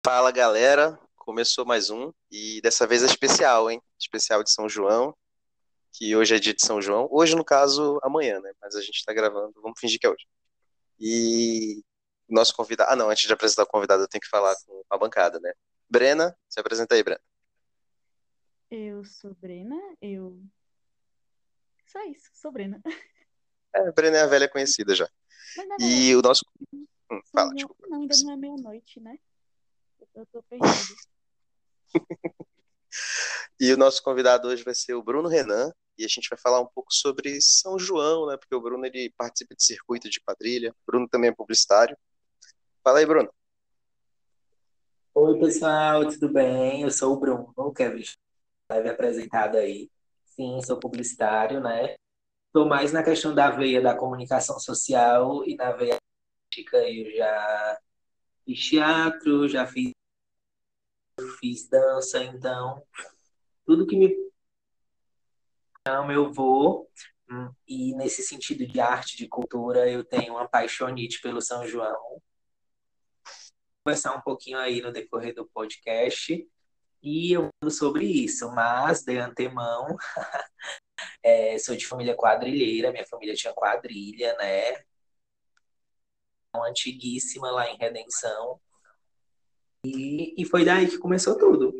Fala galera, começou mais um e dessa vez é especial, hein? Especial de São João, que hoje é dia de São João. Hoje, no caso, amanhã, né? Mas a gente tá gravando, vamos fingir que é hoje. E nosso convidado. Ah, não, antes de apresentar o convidado, eu tenho que falar com a bancada, né? Brena, se apresenta aí, Brena. Eu sou Brena, eu. Só isso, sou Brena. É, Brena é a velha conhecida já. Mas na E verdade, o nosso. São Fala, João. desculpa. Não, ainda não é meia-noite, né? Eu tô perdida. E o nosso convidado hoje vai ser o Bruno Renan. E a gente vai falar um pouco sobre São João, né? Porque o Bruno ele participa de circuito de quadrilha. O Bruno também é publicitário. Fala aí, Bruno. Oi, pessoal, tudo bem? Eu sou o Bruno, que é me apresentado aí. Sim, sou publicitário, né? Estou mais na questão da veia da comunicação social e na veia artística. Eu já fiz teatro, fiz dança, então tudo que me chama eu vou. E nesse sentido de arte, de cultura, eu tenho uma paixonite pelo São João. Vou conversar um pouquinho aí no decorrer do podcast. E eu falo sobre isso, mas de antemão sou de família quadrilheira, minha família tinha quadrilha, né? Uma antiguíssima lá em Redenção. E foi daí que começou tudo.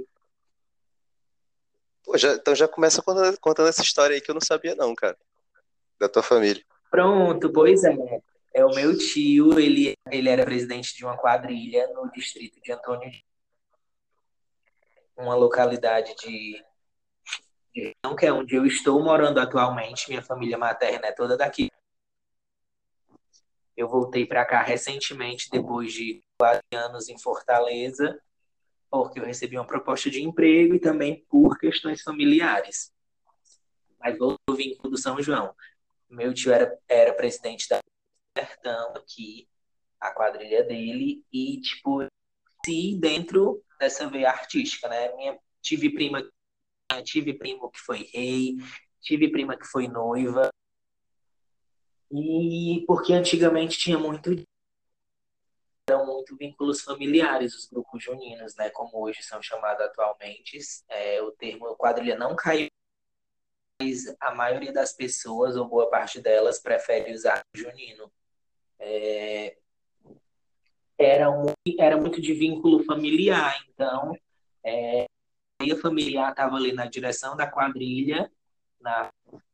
Pô, então já começa contando essa história aí que eu não sabia não, cara, da tua família. Pronto, pois é. É o meu tio, ele era presidente de uma quadrilha no distrito de Antônio, uma localidade não que é onde eu estou morando atualmente. Minha família materna é toda daqui. Eu voltei para cá recentemente, depois de 4 anos em Fortaleza, porque eu recebi uma proposta de emprego e também por questões familiares. Mas voltou o vínculo do São João. Meu tio era presidente da Sertão aqui, a quadrilha dele, e, tipo, se dentro dessa veia artística, né? Tive primo que foi rei, tive prima que foi noiva, e porque antigamente tinha muito vínculos familiares, os grupos juninos, né? Como hoje são chamados atualmente. O termo quadrilha não caiu, mas a maioria das pessoas, ou boa parte delas, prefere usar junino. Era muito de vínculo familiar, então a minha familiar estava ali na direção da quadrilha, na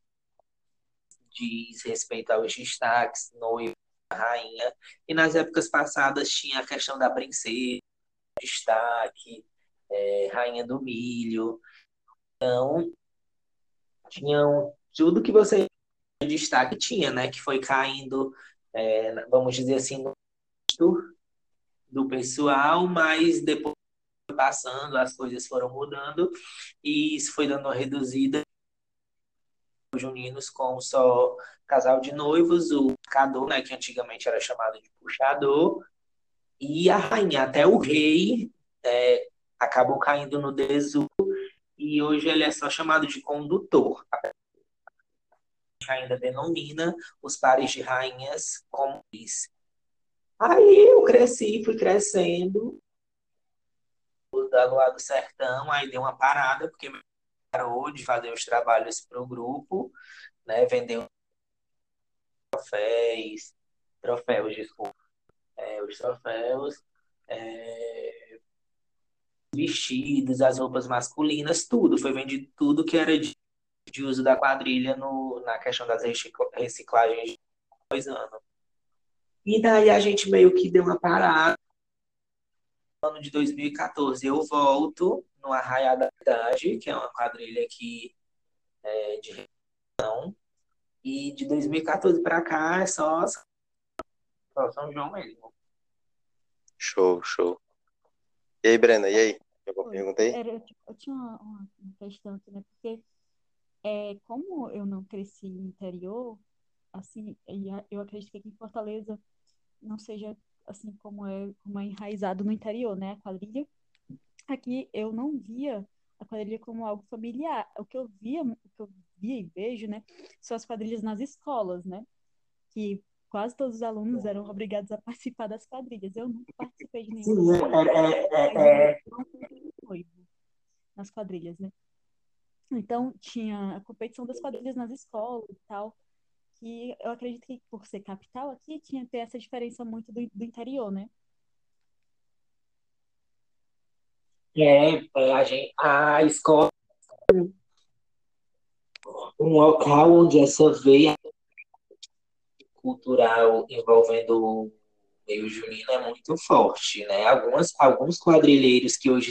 diz respeito aos destaques, noiva, rainha, e nas épocas passadas tinha a questão da princesa, destaque, rainha do milho, tinham tudo que você destaque tinha, né? Que foi caindo, vamos dizer assim, no gosto do pessoal, mas depois foi passando, as coisas foram mudando e isso foi dando uma reduzida. Os juninos com só casal de noivos, o puxador, né? Que antigamente era chamado de puxador, e a rainha, até o rei, acabou caindo no desuso e hoje ele é só chamado de condutor. Ainda denomina os pares de rainhas como isso. Aí eu cresci, fui crescendo, lá do sertão, aí deu uma parada, porque parou de fazer os trabalhos para o grupo, né? Vendeu troféus, troféus, desculpa, os troféus, é, vestidos, as roupas masculinas, tudo. Foi vendido tudo que era de uso da quadrilha na questão das reciclagens de 2 anos. E daí a gente meio que deu uma parada. No ano de 2014 eu volto no Arraiá da Idade, que é uma quadrilha aqui de região. E de 2014 para cá é só São João mesmo. Show, show. E aí, Brena, e aí? Tem alguma Oi, pergunta aí? eu tinha uma questão aqui, né? Porque como eu não cresci no interior, assim, eu acredito que aqui em Fortaleza não seja assim como é enraizado no interior, né? A quadrilha. Aqui eu não via a quadrilha como algo familiar. O que eu via e vejo, né, são as quadrilhas nas escolas, né? Que quase todos os alunos eram obrigados a participar das quadrilhas. Eu nunca participei de nenhuma Sim, quadrilha, mas o meu irmão foi noivo nas quadrilhas, né? Então, tinha a competição das quadrilhas nas escolas e tal, que eu acredito que por ser capital aqui, tinha que ter essa diferença muito do interior, né? a escola, um local onde essa veia cultural envolvendo o meio junino é muito forte, né? Alguns quadrilheiros que hoje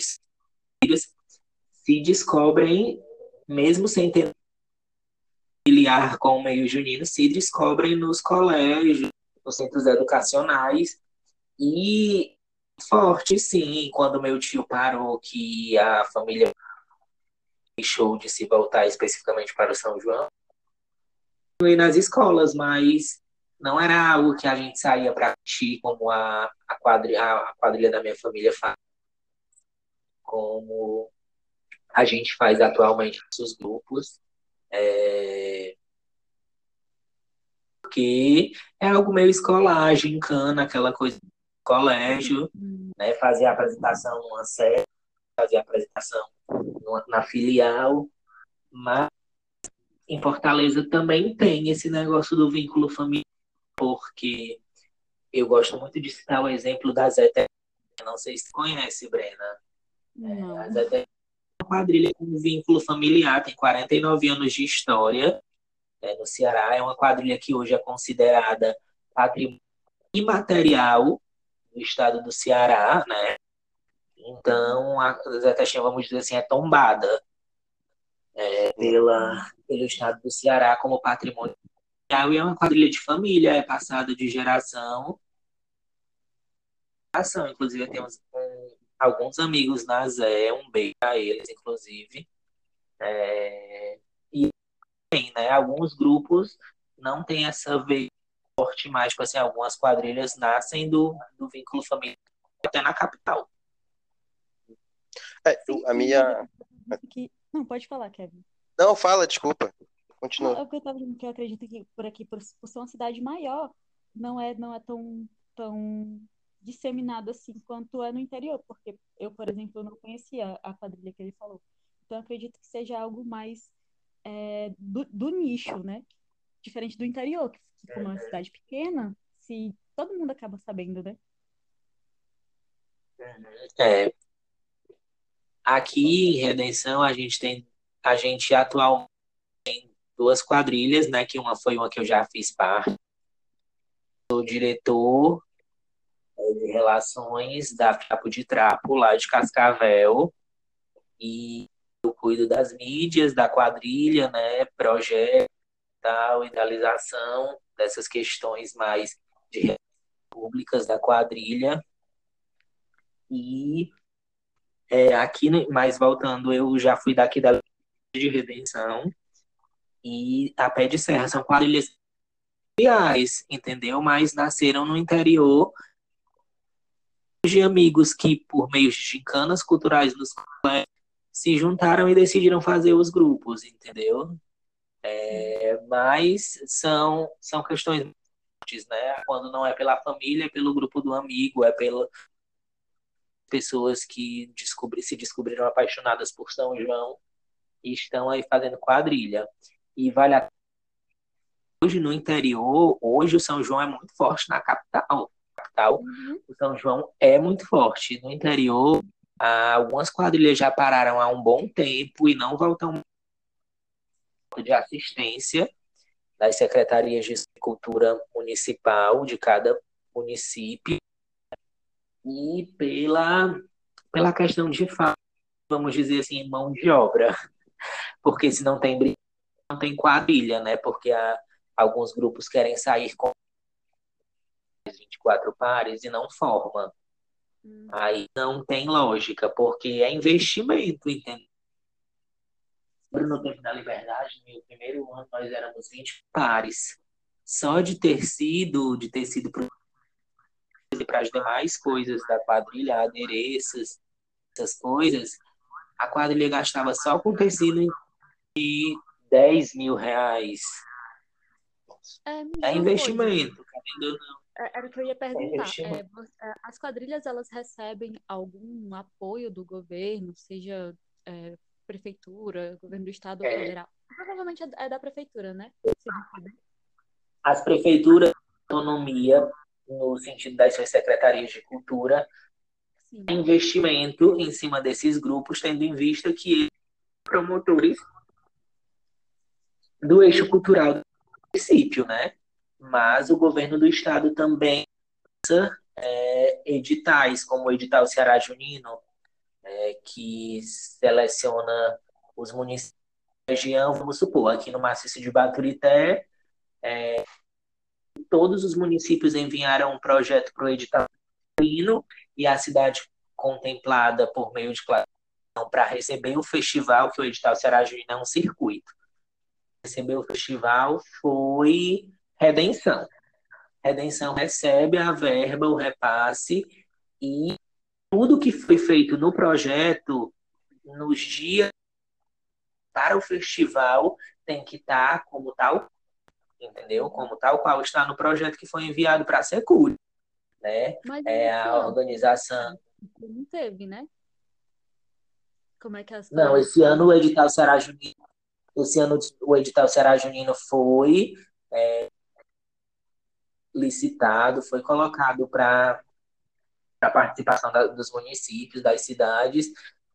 se descobrem, mesmo sem ter familiar com o meio junino, se descobrem nos colégios, nos centros educacionais e forte, sim, quando meu tio parou, que a família deixou de se voltar especificamente para o São João, foi nas escolas, mas não era algo que a gente saía para assistir, como a quadrilha da minha família faz, como a gente faz atualmente nos grupos, porque é algo meio escolar, gincana, aquela coisa do colégio, né? Fazer a apresentação numa série, fazer a apresentação na filial, mas em Fortaleza também tem esse negócio do vínculo familiar, porque eu gosto muito de citar o exemplo da Zé. Não sei se conhece, Brena. A Não. Zé é uma quadrilha com um vínculo familiar, tem 49 anos de história, no Ceará. É uma quadrilha que hoje é considerada patrimônio imaterial do estado do Ceará, né? Então, a Zé Testinha, vamos dizer assim, é tombada pelo estado do Ceará como patrimônio imaterial e é uma quadrilha de família, é passada de geração em geração. Inclusive, eu tenho alguns amigos na Zé, um beijo a eles, inclusive. E tem, né? Alguns grupos não têm essa veia forte mais, tipo assim, algumas quadrilhas nascem do vínculo familiar até na capital. Sim, A sim, mas eu minha. acredito que... Não, pode falar, Kevin. Não, fala, desculpa. Não, Continua. é o que eu tava dizendo, que eu acredito que por aqui, por ser uma cidade maior, não é tão disseminado assim quanto é no interior, porque eu, por exemplo, não conhecia a quadrilha que ele falou. Então, eu acredito que seja algo mais do nicho, né? Diferente do interior, que como é uma cidade pequena, se todo mundo acaba sabendo, né? É, aqui em Redenção a gente atualmente duas quadrilhas, né? Que uma foi uma que eu já fiz parte. Sou diretor de relações da Fiapo de Trapo, lá de Cascavel, e eu cuido das mídias, da quadrilha, né? Projeto, tal, idealização dessas questões mais de relações públicas da quadrilha. E aqui, mas voltando, eu já fui daqui da de Redenção e a Pé de Serra são quadrilhas reais, entendeu? Mas nasceram no interior de amigos que, por meio de gincanas culturais nos se juntaram e decidiram fazer os grupos, entendeu? Mas são questões, né? Quando não é pela família, é pelo grupo do amigo, é pelas pessoas que se descobriram apaixonadas por São João e estão aí fazendo quadrilha. E vale a hoje no interior, hoje o São João é muito forte na capital. Uhum. O São João é muito forte. No interior, algumas quadrilhas já pararam há um bom tempo e não voltam de assistência das secretarias de cultura municipal de cada município e pela questão de fato, vamos dizer assim, mão de obra. Porque se não tem briga, não tem quadrilha, né? Porque alguns grupos querem sair com 24 pares e não forma. Aí não tem lógica, porque é investimento, entendeu? No tempo da Liberdade, no meu primeiro ano, nós éramos 20 pares. Só de ter sido para as demais coisas da quadrilha, adereços, essas coisas, a quadrilha gastava só com tecido de R$ 10.000. É, É uma coisa. investimento. Era o que eu ia É perguntar. investimento. As quadrilhas, elas recebem algum apoio do governo, seja é, prefeitura, governo do estado ou É, federal? Provavelmente é da prefeitura, né? Se receber. as prefeituras têm autonomia, no sentido das suas secretarias de cultura, Sim. investimento em cima desses grupos, tendo em vista que eles são promotores do eixo cultural do município, né? Mas o governo do estado também editais, como o edital Ceará Junino, que seleciona os municípios da região, vamos supor, aqui no maciço de Baturité, todos os municípios enviaram um projeto para o edital Junino e a cidade contemplada por meio de classificação para receber o festival, que o edital Ceará Junino é um circuito. Receber o festival foi Redenção. Redenção recebe a verba, o repasse, e tudo que foi feito no projeto, nos dias para o festival, tem que estar como tal, entendeu? Como tal qual está no projeto que foi enviado para a Secult, né? Mas É esse a ano, organização. não teve, né? Como é que é a Não, história aí? esse ano o edital Ceará Junino foi licitado, foi colocado para a participação dos municípios, das cidades,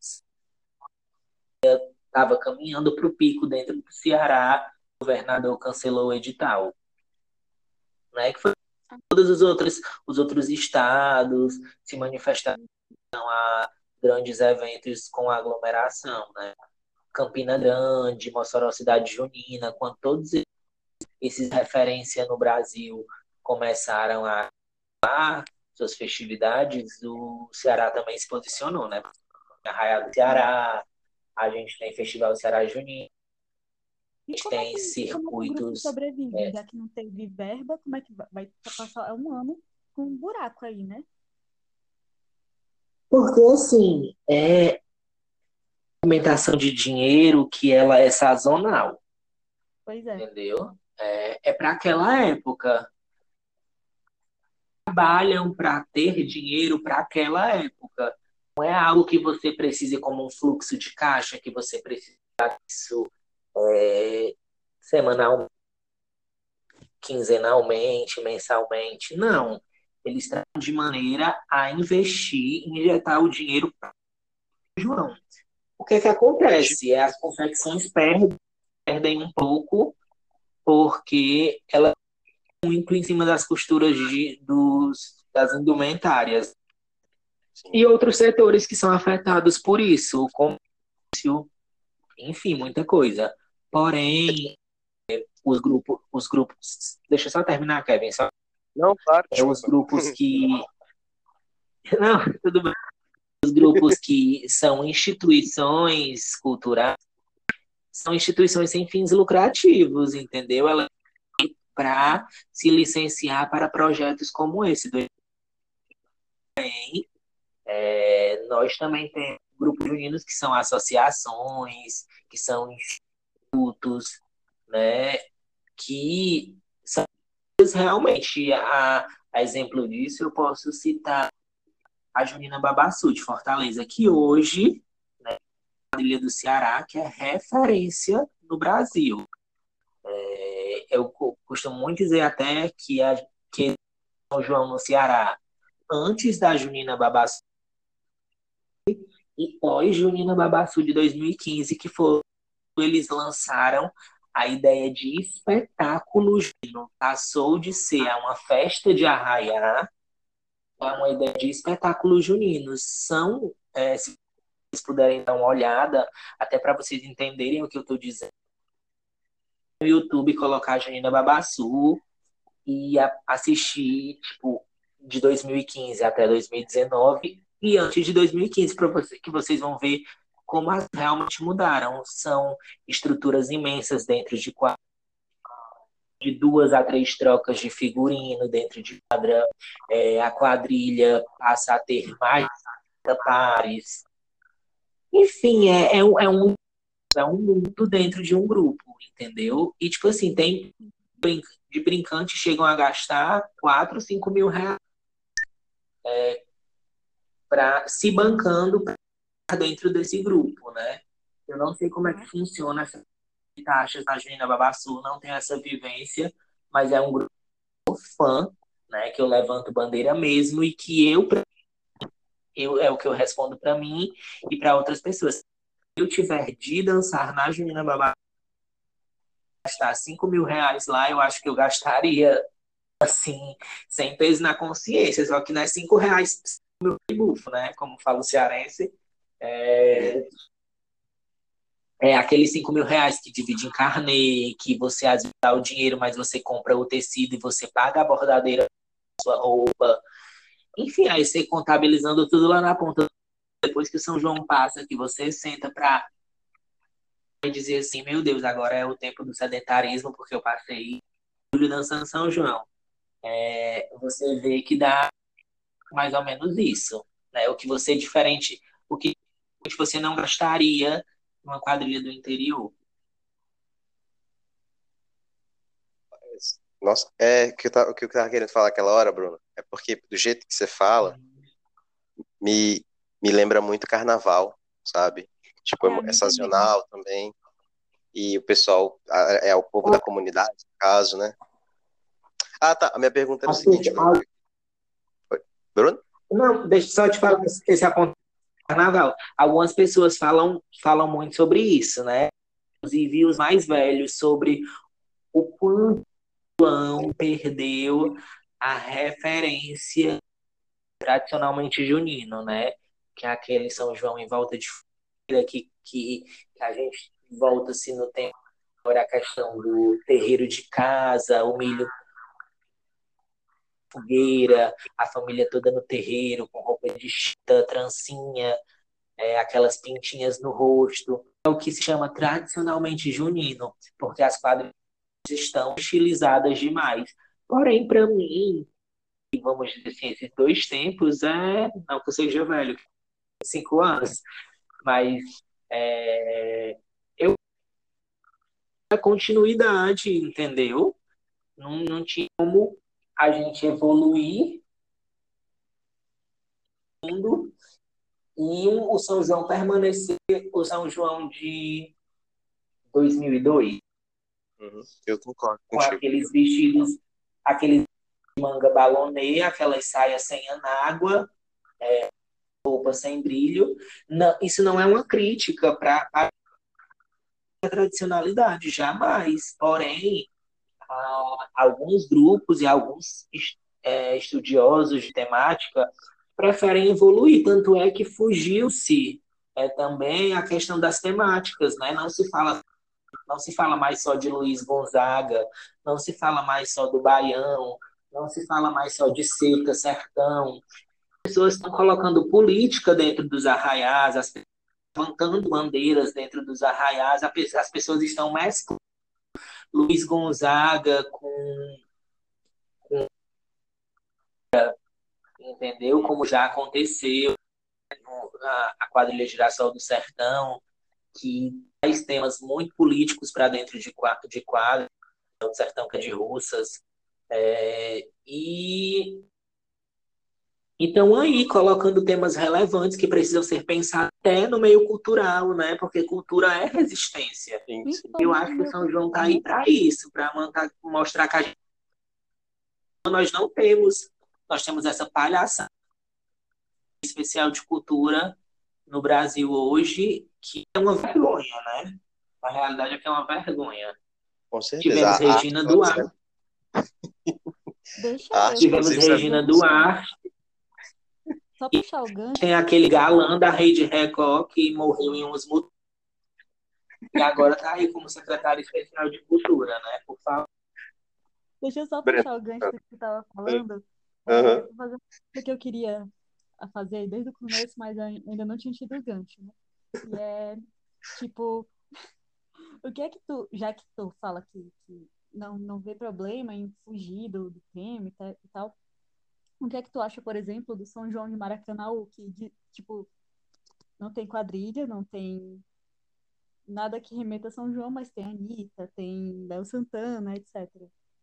estava caminhando para o pico dentro do Ceará, o governador cancelou o edital, né? Que foi todos os outros estados se manifestaram a grandes eventos com aglomeração, né? Campina Grande, Mossoró Cidade Junina, quando todos esses referências no Brasil começaram a suas festividades, o Ceará também se posicionou, né? Arraial do Sim. Ceará, a gente tem Festival Ceará Junino, E a gente tem como é que o grupo circuitos. sobrevive? Já que não teve verba, como é que vai passar um ano com um buraco aí, né? Porque, assim, é movimentação de dinheiro que ela é sazonal, Pois é. entendeu? É para aquela época. Trabalham para ter dinheiro para aquela época. Não é algo que você precise como um fluxo de caixa, que você precisa disso semanalmente, quinzenalmente, mensalmente. Não. Eles tratam de maneira a investir, injetar o dinheiro para o João. O que é que acontece? As confecções perdem um pouco porque ela é muito em cima das costuras das indumentárias. Sim. E outros setores que são afetados por isso, o comércio, enfim, muita coisa. Porém, os grupos, deixa eu só terminar, Kevin, Não, claro, os desculpa. grupos que, não, tudo bem, os grupos que são instituições culturais, são instituições sem fins lucrativos, entendeu? Ela para se licenciar para projetos como esse. Nós também temos grupos juninos que são associações, que são institutos, né, que são realmente, a exemplo disso, eu posso citar a Junina Babassu, de Fortaleza, que hoje, né, a quadrilha do Ceará, que é referência no Brasil. Eu costumo muito dizer até que São João no Ceará, antes da Junina Babassu e pós Junina Babassu de 2015, que foi eles lançaram a ideia de espetáculo junino. Passou de ser uma festa de arraiá a uma ideia de espetáculo junino. Se vocês puderem dar uma olhada, até para vocês entenderem o que eu estou dizendo, no YouTube, colocar Janina Babassu e assistir, tipo, de 2015 até 2019 e antes de 2015, para que vocês vão ver como as realmente mudaram. São estruturas imensas dentro de 2 a 3 trocas de figurino dentro de quadra. A quadrilha passa a ter mais pares. Enfim, é um mundo dentro de um grupo, entendeu? E, tipo assim, tem de brincantes chegam a gastar 4, 5 mil reais para se bancando dentro desse grupo, né? Eu não sei como é que funciona essas taxas na Junina Babaçu, não tenho essa vivência, mas é um grupo fã, né, que eu levanto bandeira mesmo e que eu é o que eu respondo para mim e para outras pessoas. Se eu tiver de dançar na Junina Babaçu, gastar 5 mil reais lá, eu acho que eu gastaria assim, sem peso na consciência, só que não é 5 reais meu bufo, né? Como fala o cearense, é, é aqueles 5 mil reais que divide em carnê, que você às vezes dá o dinheiro, mas você compra o tecido e você paga a bordadeira da sua roupa. Enfim, aí você contabilizando tudo lá na ponta, depois que o São João passa, que você senta para dizer assim, meu Deus, agora é o tempo do sedentarismo, porque eu passei julho dançando São João. Você vê que dá mais ou menos isso, né? O que você diferente, o que você não gastaria numa quadrilha do interior. Nossa, o que eu tava querendo falar aquela hora, Bruno, é porque do jeito que você fala, me, me lembra muito carnaval, sabe? Tipo, A é mim também. sazonal também, e o pessoal, é o povo da comunidade, no caso, né? Ah, tá, a minha pergunta era o seguinte, Bruno. Bruno? Não, deixa eu só te falar esse apontamento do carnaval. Algumas pessoas falam muito sobre isso, né? Inclusive os mais velhos, sobre o quanto o João perdeu a referência tradicionalmente junino, né? Que é aquele São João em volta de fogueira que a gente volta-se no tempo, agora a questão do terreiro de casa, o milho fogueira, a família toda no terreiro, com roupa de chita, trancinha, aquelas pintinhas no rosto. É o que se chama tradicionalmente junino, porque as quadrilhas estão estilizadas demais. Porém, para mim, vamos dizer assim, esses dois tempos, não que eu seja velho, 5 anos, mas eu a continuidade, entendeu? Não tinha como a gente evoluir indo e o São João permanecer o São João de 2002, Uhum, eu concordo com contigo. aqueles vestidos, aqueles manga balonê, aquelas saias sem anágua, roupa sem brilho. Não, isso não é uma crítica para a tradicionalidade, jamais. Porém, alguns grupos e alguns estudiosos de temática preferem evoluir, tanto é que fugiu-se também a questão das temáticas, né? Não se fala mais só de Luiz Gonzaga, não se fala mais só do Baião, não se fala mais só de Seca, Sertão. As pessoas estão colocando política dentro dos arraiais, levantando bandeiras dentro dos arraiais, as pessoas estão mesclando Luiz Gonzaga entendeu? Como já aconteceu a quadrilha Girassol do Sertão, que traz temas muito políticos para dentro de quadro, o Sertão que é de Russas. E então aí colocando temas relevantes que precisam ser pensados até no meio cultural, né? Porque cultura é resistência. Sim, sim. Eu Principalmente acho no que o meu São João está cultural, aí né? para isso, para mostrar que nós não temos, nós temos essa palhaçada especial de cultura no Brasil hoje, que é uma vergonha, né? A realidade é que é uma vergonha. Com certeza. Tivemos A arte, Regina ela serve, Duarte, Deixa a arte, eu tivemos inclusive, fazer serve Regina para isso. Duarte, só puxar o gancho. tem aquele galã da Rede Record que morreu em uns motivos e agora está aí como secretário especial de cultura, né? Por favor. Deixa eu só Breno. puxar o gancho do que você estava falando. Aham. Vou fazer uma coisa que eu queria fazer desde o começo, mas ainda não tinha tido o gancho, né? E é, tipo, o que é que tu, já que tu fala que não vê problema em fugir do tema e tal, o que é que tu acha, por exemplo, do São João de Maracanaú, tipo, não tem quadrilha, não tem nada que remeta a São João, mas tem Anitta, tem Léo Santana, etc.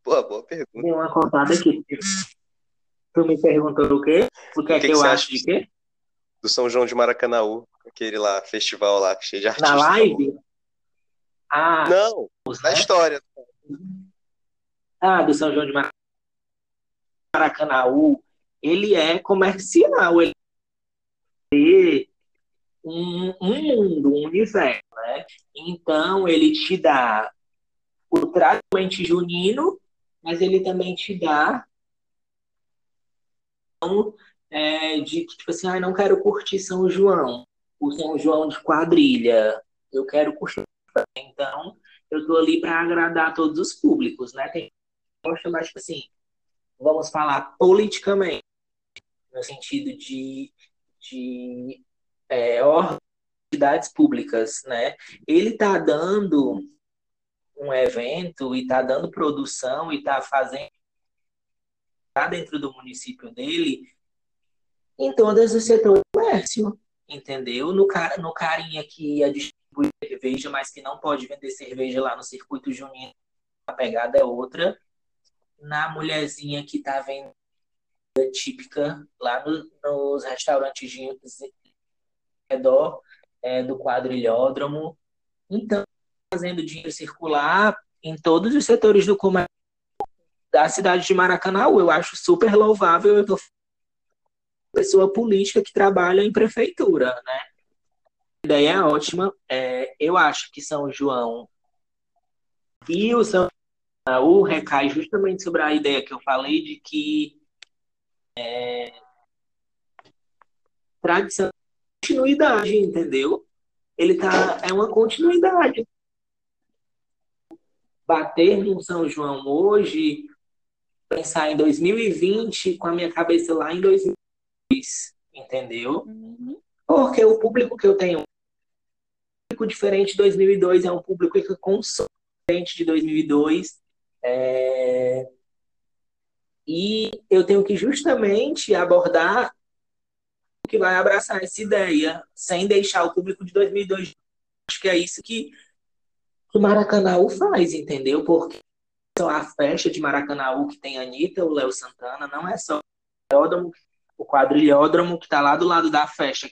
Pô, boa pergunta. Dei uma contada aqui. Tu me perguntou o quê? O que O é que que que eu você acho acha de quê? do São João de Maracanaú? Aquele lá, festival lá, cheio de Na artista famoso. live? Ah, Não, na né? história. Ah, do São João de Maracanaú. Ele é comercial, ele é um mundo, um universo, né? Então, ele te dá o tratamento junino, mas ele também te dá de tipo assim, ah, não quero curtir São João, o São João de quadrilha, eu quero curtir. Então, eu tô ali para agradar todos os públicos, né? Tem gente que gosta mais, tipo assim, vamos falar politicamente, no sentido de entidades públicas, né? Ele tá dando um evento e tá dando produção e tá fazendo tá dentro do município dele em todos os setores do comércio, entendeu? No carinha que ia distribuir cerveja, mas que não pode vender cerveja lá no circuito junino, a pegada é outra. Na mulherzinha que tá vendendo típica lá nos restaurantes de redor do quadrilhódromo. Então, fazendo dinheiro circular em todos os setores do comércio da cidade de Maracanã. Eu acho super louvável. Eu tô pessoa política que trabalha em prefeitura, né? A ideia é ótima. Eu acho que São João e o São Paulo recai justamente sobre a ideia que eu falei de que tradição é continuidade, entendeu? É uma continuidade. Bater no São João hoje, pensar em 2020 com a minha cabeça lá em 2002, entendeu? Uhum. Porque o público que eu tenho é um público diferente de 2002, é um público que consome diferente de 2002. E eu tenho que justamente abordar o que vai abraçar essa ideia, sem deixar o público de 2002. Acho que é isso que o Maracanaú faz, entendeu? Porque a festa de Maracanaú que tem a Anitta, o Léo Santana, não é só o quadrilhódromo que está lá do lado da festa,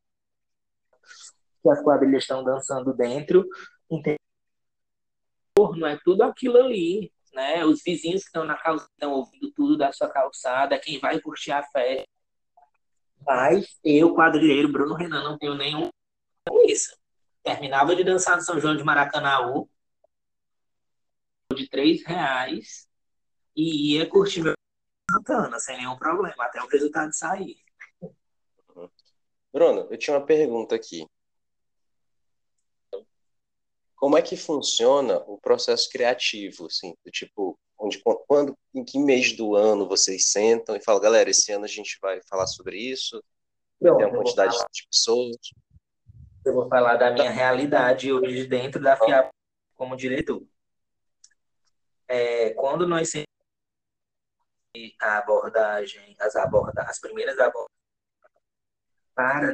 que as quadrilhas estão dançando dentro, entendeu? Não é tudo aquilo ali, né? Os vizinhos que estão na calçada estão ouvindo tudo da sua calçada, quem vai curtir a festa. Mas eu, quadrilheiro, Bruno Renan, não tenho nenhum com isso. Terminava de dançar no São João de Maracanaú de R$ 3 e ia curtir meu Santana sem nenhum problema, até o resultado sair. Bruno, eu tinha uma pergunta aqui. Como é que funciona o processo criativo, assim, do tipo, quando, em que mês do ano vocês sentam e falam, galera, esse ano a gente vai falar sobre isso, vai ter uma Pronto, quantidade de pessoas. eu vou falar da minha realidade hoje dentro da FIAP como diretor. Quando nós temos a abordagem, as primeiras abordagens para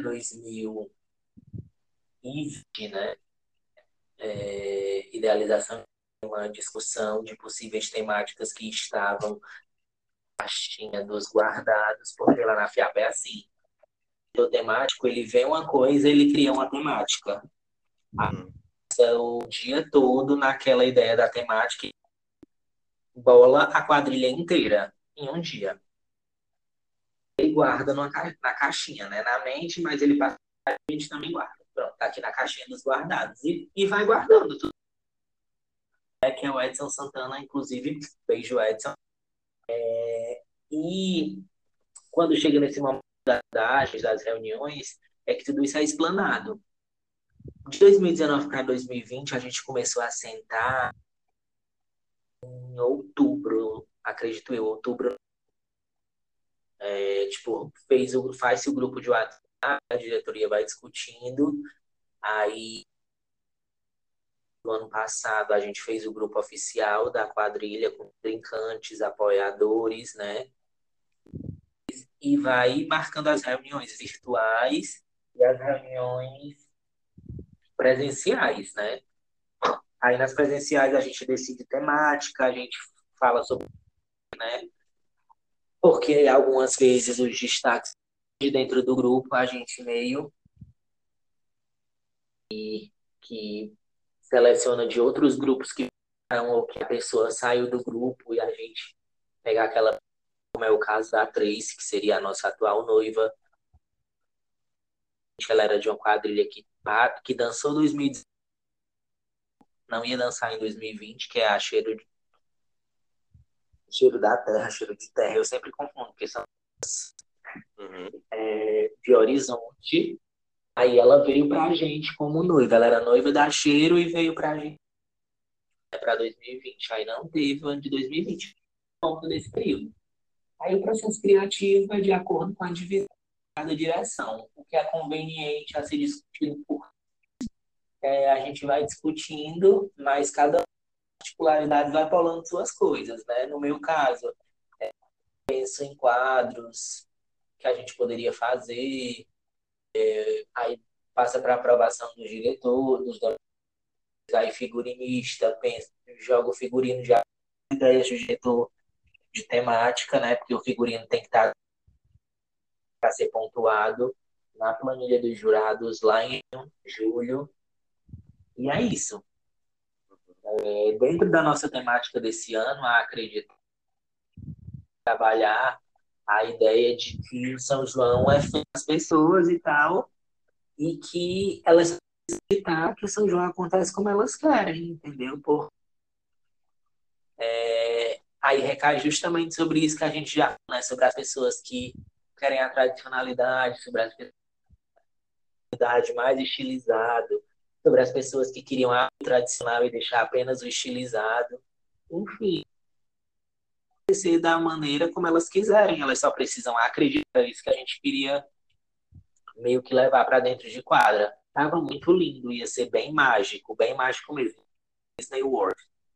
2020, né? Idealização, uma discussão de possíveis temáticas que estavam na pastinha dos guardados, porque lá na FIAP é assim. O temático, ele vê uma coisa, ele cria uma temática. Uhum. O dia todo naquela ideia da temática, bola a quadrilha inteira em um dia. Ele guarda na caixinha, né? Na mente, mas ele passa, a gente também guarda. Pronto, tá aqui na caixinha dos guardados. E vai guardando tudo. Que é o Edson Santana, inclusive, beijo Edson. E quando chega nesse momento das reuniões, é que tudo isso é explanado. De 2019 para 2020, a gente começou a sentar em outubro, acredito eu, outubro. Tipo, faz-se o grupo de WhatsApp, a diretoria vai discutindo. Aí, no ano passado, a gente fez o grupo oficial da quadrilha com brincantes, apoiadores, né? E vai marcando as reuniões virtuais e as reuniões presenciais, né? Aí nas presenciais a gente decide temática, a gente fala sobre, né? Porque algumas vezes os destaques de dentro do grupo a gente meio que seleciona de outros grupos que não, ou que a pessoa saiu do grupo e a gente pegar aquela, como é o caso da Tracy, que seria a nossa atual noiva, que ela era de uma quadrilha que dançou em 2019, não ia dançar em 2020, que é a Cheiro da Terra, Cheiro de Terra. Eu sempre confundo, porque são Uhum. de Horizonte. Aí ela veio pra gente como noiva. Ela era noiva da Cheiro e veio pra gente para 2020. Aí não teve o ano de 2020, por conta desse período. Aí o processo criativo é de acordo com a divisão de cada direção. O que é conveniente a ser discutido a gente vai discutindo, mas cada particularidade vai falando suas coisas, né? No meu caso, penso em quadros que a gente poderia fazer, aí passa para aprovação do diretor, dos donos, aí figurinista, penso, jogo figurino de ideias do diretor de temática, né? Porque o figurino tem que estar para ser pontuado na planilha dos jurados lá em julho. E é isso. Dentro da nossa temática desse ano, acredito trabalhar a ideia de que o São João é feito das pessoas e tal, e que elas acreditar que o São João acontece como elas querem, entendeu? Aí recai justamente sobre isso que a gente já, né? Sobre as pessoas que querem a tradicionalidade, sobre as personalidade mais estilizado, sobre as pessoas que queriam a tradicional e deixar apenas o estilizado. Enfim, ser da maneira como elas quiserem, elas só precisam acreditar. É isso que a gente queria meio que levar para dentro de quadra. Tava muito lindo, ia ser bem mágico mesmo. Disney World.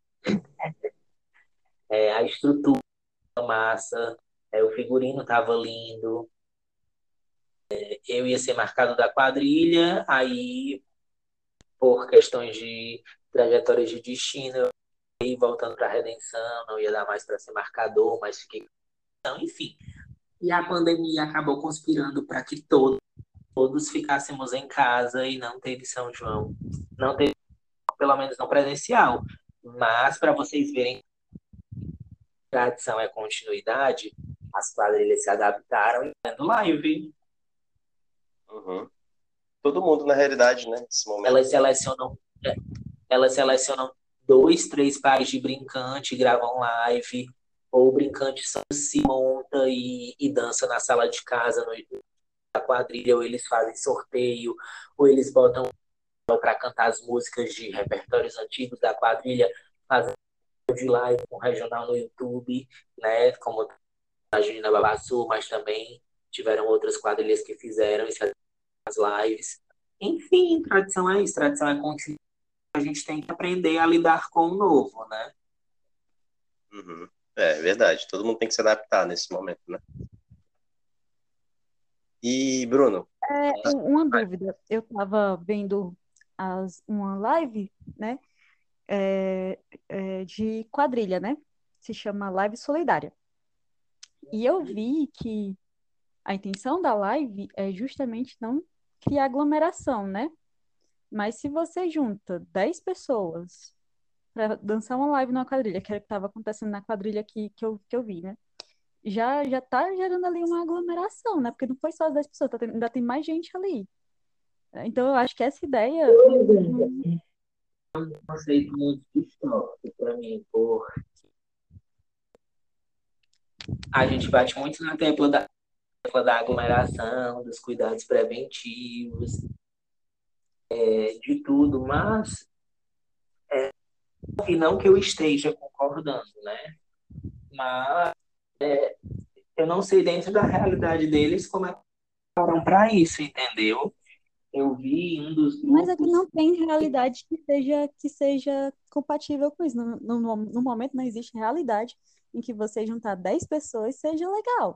A estrutura massa, o figurino tava lindo. Eu ia ser marcado da quadrilha, aí por questões de trajetórias de destino, e voltando para a redenção, não ia dar mais para ser marcador, mas fiquei. Então, enfim. E a pandemia acabou conspirando para que todos ficássemos em casa e não teve São João. Não teve, pelo menos não presencial. Mas, para vocês verem, tradição é continuidade, as quadrilhas se adaptaram e fazendo live. Uhum. Todo mundo, na realidade, né, nesse momento. Elas selecionam, elas selecionam 2, 3 pares de brincante, gravam live, ou o brincante só se monta e dança na sala de casa, na quadrilha, ou eles fazem sorteio, ou eles botam para cantar as músicas de repertórios antigos da quadrilha, fazem de live com regional no YouTube, né? Como a Gina Babassu, mas também tiveram outras quadrilhas que fizeram as lives. Enfim, tradição é isso, tradição é continuar. A gente tem que aprender a lidar com o novo, né? Uhum. É verdade, todo mundo tem que se adaptar nesse momento, né? E, Bruno, Uma dúvida. Eu estava vendo uma live, né? De quadrilha, né? Se chama Live Solidária. E eu vi que a intenção da live é justamente não criar aglomeração, né? Mas se você junta 10 pessoas para dançar uma live numa quadrilha, que era o que estava acontecendo na quadrilha que eu vi, né? Já tá gerando ali uma aglomeração, né? Porque não foi só as 10 pessoas, ainda tem mais gente ali. Então eu acho que essa ideia Um conceito muito distópico para mim, por a gente bate muito na tecla da aglomeração, dos cuidados preventivos, de tudo, mas e não que eu esteja concordando, né? Mas eu não sei dentro da realidade deles como é que foram para isso, entendeu? Eu vi um dos Mas é que grupos. não tem realidade que seja compatível com isso. No momento não existe realidade em que você juntar 10 pessoas seja legal.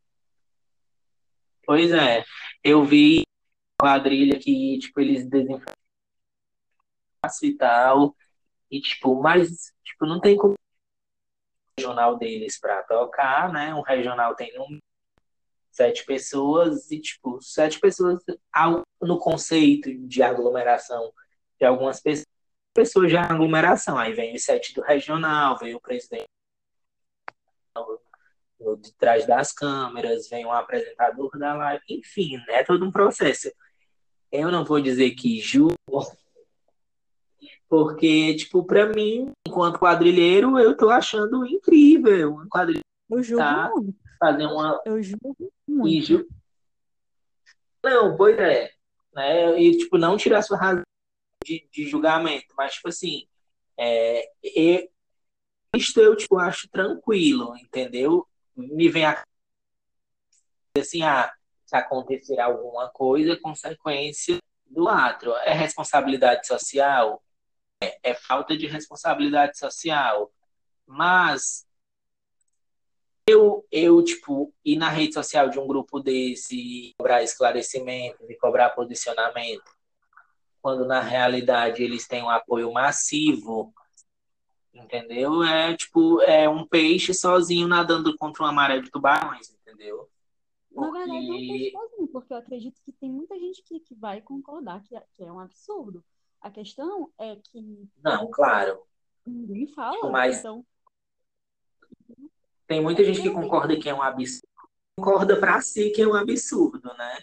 Pois é, eu vi quadrilha que, tipo, eles desinfetam e tal, e, tipo, mas, tipo, não tem como regional deles para tocar, né? Um regional tem sete pessoas e, tipo, sete pessoas no conceito de aglomeração de algumas pessoas já em aglomeração. Aí vem os sete do regional, vem o presidente de trás das câmeras, vem um apresentador da live, enfim, é todo um processo. Eu não vou dizer que julgo, porque, tipo, para mim, enquanto quadrilheiro, eu tô achando incrível. Um quadrilheiro Eu julgo tá muito. fazendo uma. Eu julgo E muito. Não, pois é. Né? E, tipo, não tirar sua razão de julgamento, mas, tipo assim, isso eu, tipo, acho tranquilo, entendeu? Me vem a assim, se acontecer alguma coisa, consequência do ato. É responsabilidade social? É falta de responsabilidade social. Mas tipo, ir na rede social de um grupo desse, cobrar esclarecimentos e cobrar posicionamento, quando na realidade eles têm um apoio massivo, entendeu? É tipo, é um peixe sozinho nadando contra uma maré de tubarões, entendeu? Na verdade, não fez Porque, sozinho, porque eu acredito que tem muita gente que vai concordar que é um absurdo. A questão é que não, claro, ninguém tipo, fala, mas então tem é muita gente porque que não tem. concorda que é um absurdo, concorda pra si que é um absurdo, né?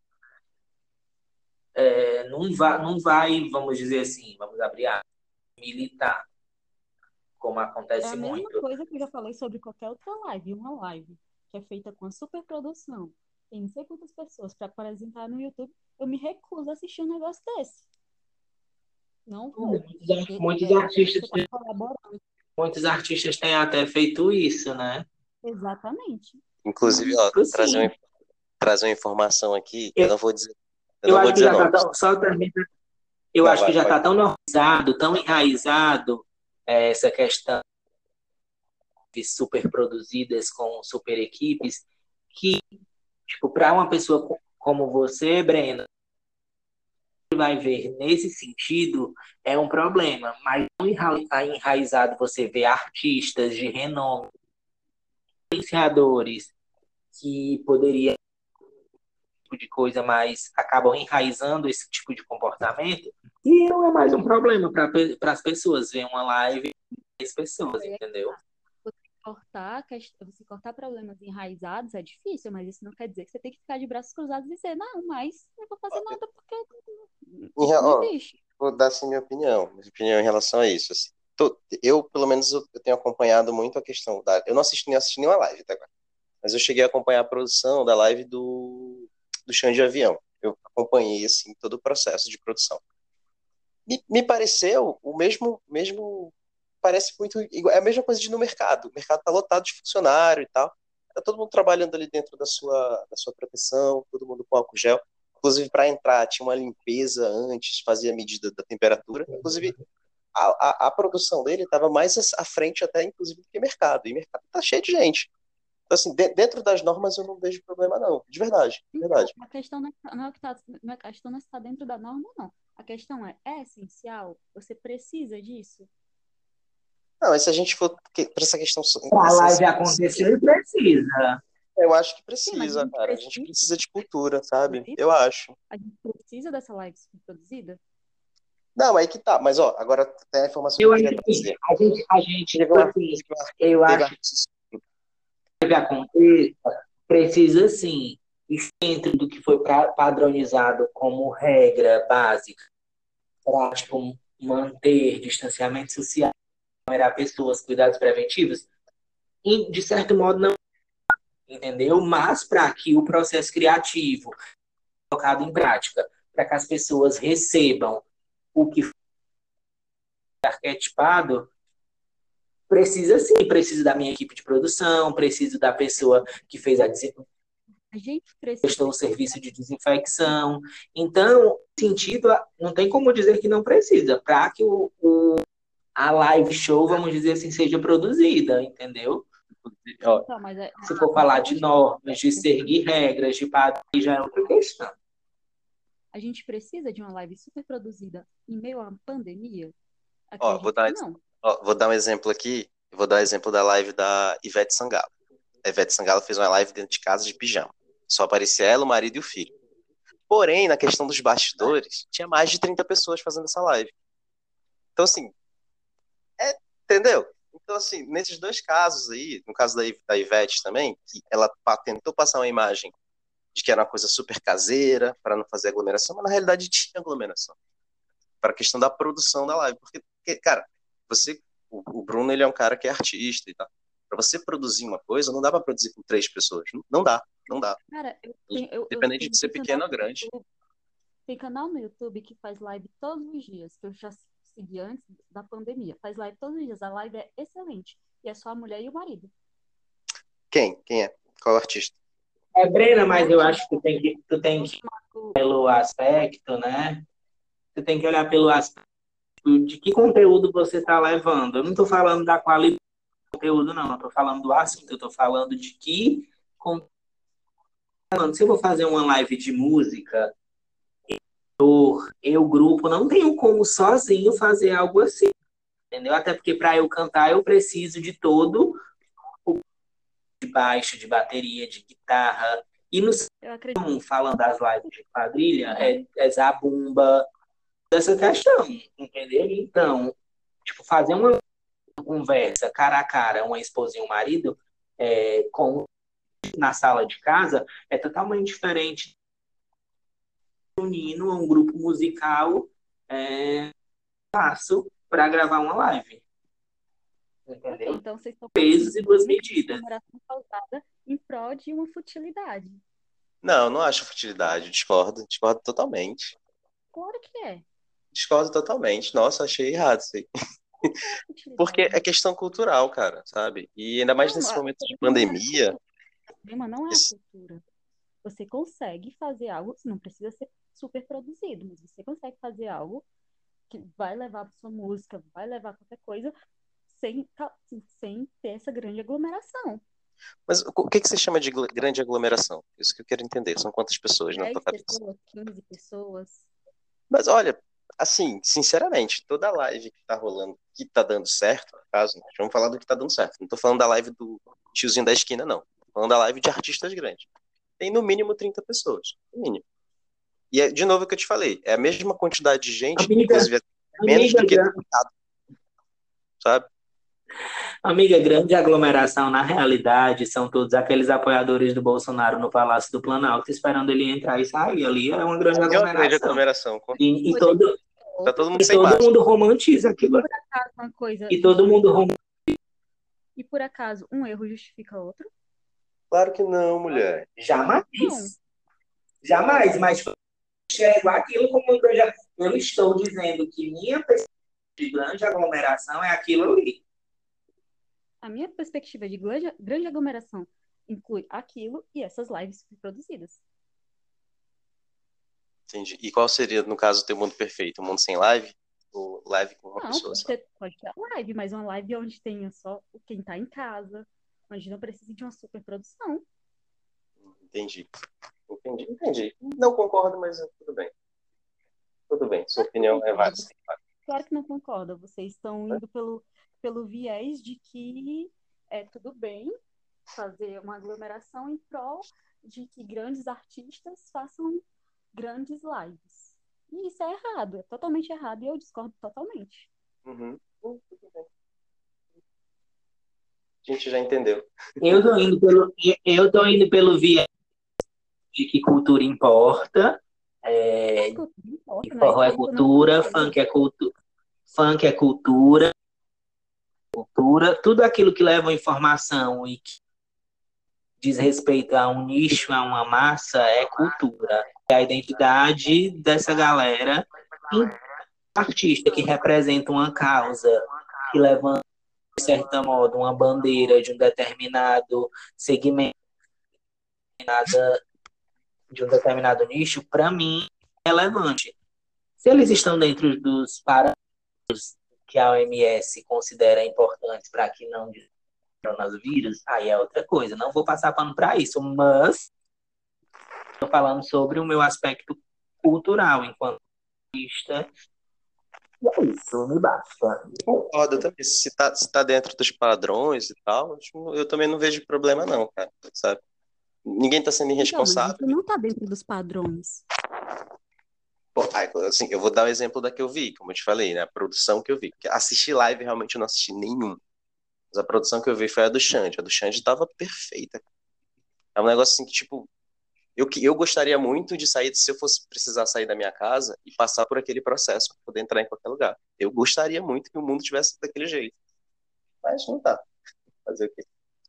Não vai, vamos dizer assim, vamos abrir a militar, como É a acontece mesma muito. coisa que eu já falei sobre qualquer outra live. Uma live que é feita com a superprodução, tem não sei quantas pessoas para apresentar no YouTube, eu me recuso a assistir um negócio desse. Não vou, porque Muitos artistas, você está colaborando. muitos artistas têm até feito isso, né? Exatamente. Inclusive, E ó, Tipo assim, trazer uma informação aqui, eu, eu eu não vou acho que dizer já tá nomes. tão, só termina, eu Não, acho que vai, já pode. tá tão normalizado, tão enraizado essa questão de super produzidas com super equipes, que, tipo, para uma pessoa como você, Breno, vai ver nesse sentido é um problema, mas não enraizado você vê artistas de renome, influenciadores que poderiam tipo de coisa, mas acabam enraizando esse tipo de comportamento, e não é mais um problema para as pessoas ver uma live e as pessoas, entendeu? você cortar problemas enraizados é difícil, mas isso não quer dizer que você tem que ficar de braços cruzados e dizer, não, mas não vou fazer nada porque isso não Ó, existe. vou dar assim minha opinião em relação a isso. Assim. Eu, pelo menos, eu tenho acompanhado muito a questão da. Eu não assisti nenhuma live até agora, mas eu cheguei a acompanhar a produção da live do Chão de Avião. Eu acompanhei assim todo o processo de produção. Me pareceu o mesmo, parece muito igual, é a mesma coisa de no mercado. O mercado está lotado de funcionário e tal. Tá todo mundo trabalhando ali dentro da sua proteção, todo mundo com álcool gel. Inclusive, para entrar, tinha uma limpeza antes, fazia a medida da temperatura. Inclusive, a produção dele estava mais à frente até, inclusive, do que mercado. E mercado tá cheio de gente. Então, assim, dentro das normas eu não vejo problema, não. De verdade, de Então, verdade. a questão não é que tá, não é, a questão não está dentro da norma, não. A questão é essencial? Você precisa disso? Não, mas se a gente for para essa questão Para a live essencial, assim, acontecer, precisa. eu acho que Sim, mas a precisa, gente cara. A gente precisa precisa de cultura, ser sabe? produzida? Eu acho. A gente precisa dessa live ser produzida? Não, aí que tá. Mas, ó, agora tem a informação que Eu eu acho queria que trazer. a gente, Teve tipo uma, assim, teve uma, eu teve acho artista. que deve acontecer, precisa sim, estar dentro do que foi padronizado como regra básica para, tipo, manter distanciamento social, numerar pessoas, cuidados preventivos, e, de certo modo, não, entendeu? Mas para que o processo criativo colocado em prática, para que as pessoas recebam o que foi arquetipado, precisa sim, precisa da minha equipe de produção, preciso da pessoa que fez A gente precisa. prestou o serviço de desinfecção. Então, nesse sentido, não tem como dizer que não precisa, para que a live show, vamos dizer assim, seja produzida, entendeu? Ó, Então, mas se for isso falar a de gente normas, de precisa. seguir regras, de padrões, já é outra questão. A gente precisa de uma live super produzida em meio a uma pandemia? Ó, Acredito que não. vou dar um exemplo aqui. Eu vou dar o exemplo da live da Ivete Sangalo. A Ivete Sangalo fez uma live dentro de casa de pijama. Só aparecia ela, o marido e o filho. Porém, na questão dos bastidores, tinha mais de 30 pessoas fazendo essa live. Então, assim, entendeu? Então, assim, nesses dois casos aí, no caso da Ivete também, que ela tentou passar uma imagem de que era uma coisa super caseira, para não fazer aglomeração, mas na realidade tinha aglomeração. Para a questão da produção da live. Porque cara, o Bruno, ele é um cara que é artista e tal. Para você produzir uma coisa, não dá para produzir com 3 pessoas. Não dá, não dá. Cara, Independente de ser pequeno ou grande. Tem canal no YouTube que faz live todos os dias, que eu já segui antes da pandemia. Faz live todos os dias. A live é excelente. E é só a mulher e o marido. Quem? Quem é? Qual artista? É, Brena, mas eu acho que tu tem que ir pelo aspecto, né? Tu tem que olhar pelo aspecto de que conteúdo você está levando. Eu não estou falando da qualidade do conteúdo, não. Eu estou falando do assunto. Eu estou falando de que conteúdo. Se eu vou fazer uma live de música, eu, grupo, não tenho como sozinho fazer algo assim. Entendeu? Até porque para eu cantar, eu preciso de todo o de baixo, de bateria, de guitarra. E no falando das lives de quadrilha, é zabumba, essa questão, entendeu? Então, tipo, fazer uma conversa cara a cara, uma esposa e um marido, com, na sala de casa, é totalmente diferente de um grupo musical passo para gravar uma live. Entendeu? Okay, então vocês estão pesos e duas medidas. Aglomeração causada em prol de uma futilidade. Não acho futilidade. Discordo totalmente. Claro que é. Discordo totalmente. Nossa, achei errado isso aí. Porque é questão cultural, cara, sabe? E ainda mais nesse momento de pandemia. O problema não é a cultura. Você consegue fazer algo, não precisa ser super produzido, mas você consegue fazer algo que vai levar para sua música, vai levar qualquer coisa, sem ter essa grande aglomeração. Mas o que você chama de grande aglomeração? Isso que eu quero entender. São quantas pessoas na tua cabeça? 10 pessoas, 15 pessoas. Mas olha, assim, sinceramente, toda live que tá rolando, que tá dando certo, no caso, né? Vamos falar do que tá dando certo. Não tô falando da live do tiozinho da esquina, não. Tô falando da live de artistas grandes. Tem no mínimo 30 pessoas. No mínimo. E, de novo, o que eu te falei. É a mesma quantidade de gente, inclusive menos do que deputado. Sabe? Amiga, grande aglomeração, na realidade, são todos aqueles apoiadores do Bolsonaro no Palácio do Planalto, esperando ele entrar e sair. Ali é uma grande aglomeração. E tá todo mundo e sem todo máscara. mundo romantiza aquilo. Por acaso, uma coisa E todo mundo romantiza. E por acaso, um erro justifica outro? Claro que não, mulher. Jamais. Não. Jamais, mas enxergo aquilo como eu estou dizendo que minha perspectiva de grande aglomeração é aquilo ali. A minha perspectiva de grande aglomeração inclui aquilo e essas lives produzidas. Entendi. E qual seria, no caso, o teu mundo perfeito? Um mundo sem live? Ou live com uma pessoa só? Pode ter live, mas uma live onde tenha só quem tá em casa, onde não precisa de uma super produção. Entendi. Não concordo, mas tudo bem. Tudo bem, sua opinião é válida. Claro que não concordo. Vocês estão indo pelo viés de que é tudo bem fazer uma aglomeração em prol de que grandes artistas façam grandes lives. E isso é errado, é totalmente errado e eu discordo totalmente. Uhum. Tudo bem. A gente já entendeu. Eu tô indo pelo viés de que cultura importa. Forró é cultura, funk é cultura, tudo aquilo que leva informação e que diz respeito a um nicho, a uma massa, é cultura. É a identidade dessa galera, artista que representa uma causa, que levanta, de certo modo, uma bandeira de um determinado segmento, de um determinado nicho, para mim, é relevante. Se eles estão dentro dos parâmetros que a OMS considera importantes para que não coronavírus, aí é outra coisa. Não vou passar pano para isso, mas estou falando sobre o meu aspecto cultural enquanto artista E é isso, me basta. Concordo também. Se tá dentro dos padrões e tal, eu também não vejo problema, não, cara, sabe? Ninguém tá sendo Então, mas isso irresponsável. não está dentro dos padrões. Pô, assim, eu vou dar o exemplo da que eu vi, como eu te falei, né? A produção que eu vi. Porque assistir live, realmente, eu não assisti nenhum. Mas a produção que eu vi foi a do Xande. A do Xande tava perfeita. É um negócio assim que, tipo, eu gostaria muito de sair, se eu fosse precisar sair da minha casa e passar por aquele processo para poder entrar em qualquer lugar. Eu gostaria muito que o mundo tivesse daquele jeito. Mas não tá. Fazer o quê?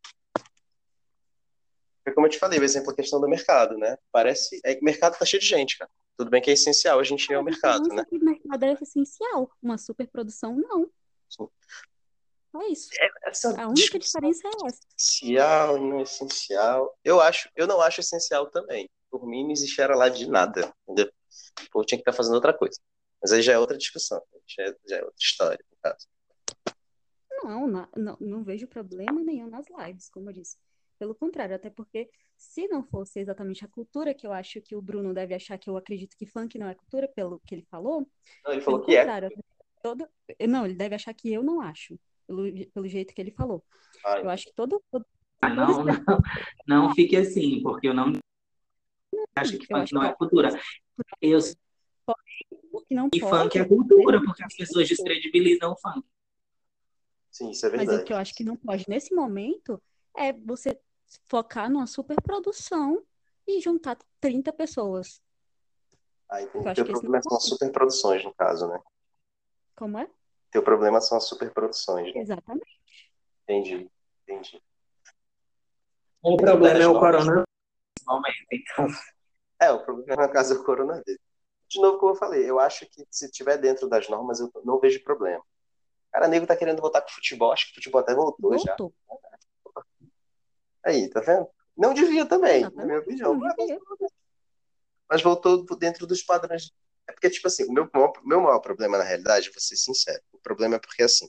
Foi como eu te falei, o exemplo é a questão do mercado, né? Parece. É que o mercado tá cheio de gente, cara. Tudo bem que é essencial a gente ir A ao mercado, diferença né? é que o mercado é essencial. Uma superprodução, não. Assim, É isso. essa A única discussão diferença é essa. essencial, não essencial. Eu não acho essencial também. Por mim, não existia live de nada, entendeu? Pô, tinha que estar fazendo outra coisa. Mas aí já é outra discussão, já é outra história, no caso. Não, não vejo problema nenhum nas lives, como eu disse. Pelo contrário, até porque se não fosse exatamente a cultura que eu acho que o Bruno deve achar que eu acredito que funk não é cultura, pelo que ele falou, Não, ele falou pelo que é. contrário, todo, não, ele deve achar que eu não acho, pelo jeito que ele falou. Ai, Eu acho que todo Não, não, não fique assim, porque eu não acho que eu funk acho que não é cultura. Eu sei o que não que funk é pode, cultura, porque as pessoas descredibilizam o funk. sim, isso é mas o que verdade. eu acho que não pode nesse momento é você focar numa superprodução e juntar 30 pessoas. Aí, Eu o acho teu que esse não problema é o são as momento. superproduções, no caso, né? Como é? Teu problema são as superproduções, né? Exatamente. Entendi, entendi. O Dentro problema é das o normas, coronavírus, momento. Então, o problema no caso é o coronavírus. De novo, como eu falei, eu acho que se tiver dentro das normas, eu não vejo problema. Cara, nego tá querendo voltar com futebol, acho que o futebol até voltou já. Voltou. Aí, tá vendo? Não devia também, na minha Exatamente. opinião. Não devia. Mas voltou dentro dos padrões. É porque, tipo assim, o meu maior problema, na realidade, vou ser sincero, o problema é porque, assim,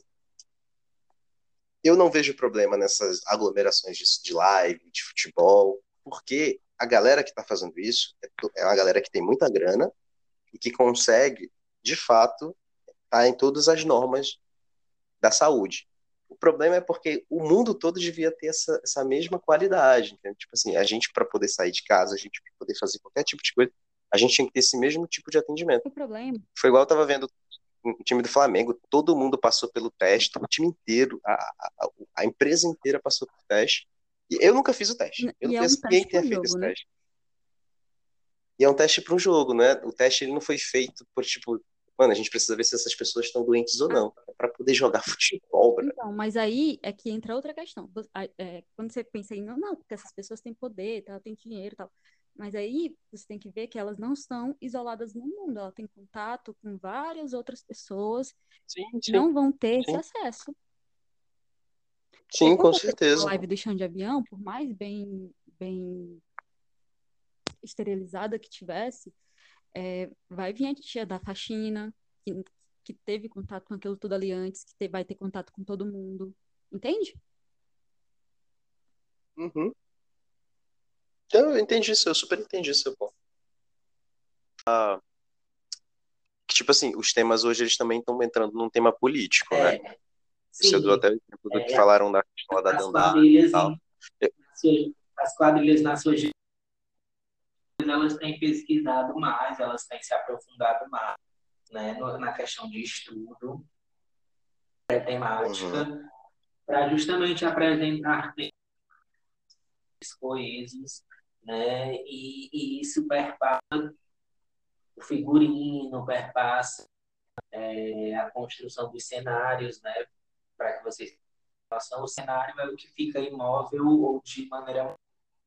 eu não vejo problema nessas aglomerações de live, de futebol, porque a galera que tá fazendo isso é uma galera que tem muita grana e que consegue, de fato, estar em todas as normas da saúde. O problema é porque o mundo todo devia ter essa mesma qualidade, entendeu? Tipo assim, a gente, para poder sair de casa, a gente para poder fazer qualquer tipo de coisa, a gente tinha que ter esse mesmo tipo de atendimento. O problema. Foi igual eu tava vendo o time do Flamengo, todo mundo passou pelo teste, o time inteiro, a empresa inteira passou pelo teste. E eu nunca fiz o teste. Eu não E é um conheço ninguém teste que tenha por feito jogo, esse né? teste. E é um teste para um jogo, né? O teste ele não foi feito por tipo, mano, a gente precisa ver se essas pessoas estão doentes ou Ah, não. É para poder jogar futebol, bro. então, mas aí é que entra outra questão. Quando você pensa em, não, porque essas pessoas têm poder, tá, têm dinheiro e tal. Mas aí você tem que ver que elas não estão isoladas no mundo. Elas têm contato com várias outras pessoas Sim, que sim, não vão ter esse sim. acesso. Porque Sim, com quando você tem uma certeza. live do chão de avião, por mais bem esterilizada que tivesse, vai vir a tia da faxina, que teve contato com aquilo tudo ali antes, vai ter contato com todo mundo. Entende? Uhum. Então, eu entendi isso, eu super entendi seu ponto. Que, tipo assim, os temas hoje eles também estão entrando num tema político, né? é, Isso eu dou sim, até o exemplo do que é, falaram da questão lá da as Dandara e quadrilhas tal. Eu- as quadrilhas na sua gestão, elas têm pesquisado mais, elas têm se aprofundado mais, né, na questão de estudo, Uhum, temática, para justamente apresentar temas coesos, né, e isso perpassa o figurino, perpassa a construção dos cenários, né, para que vocês tenham noção, o cenário é o que fica imóvel ou de maneira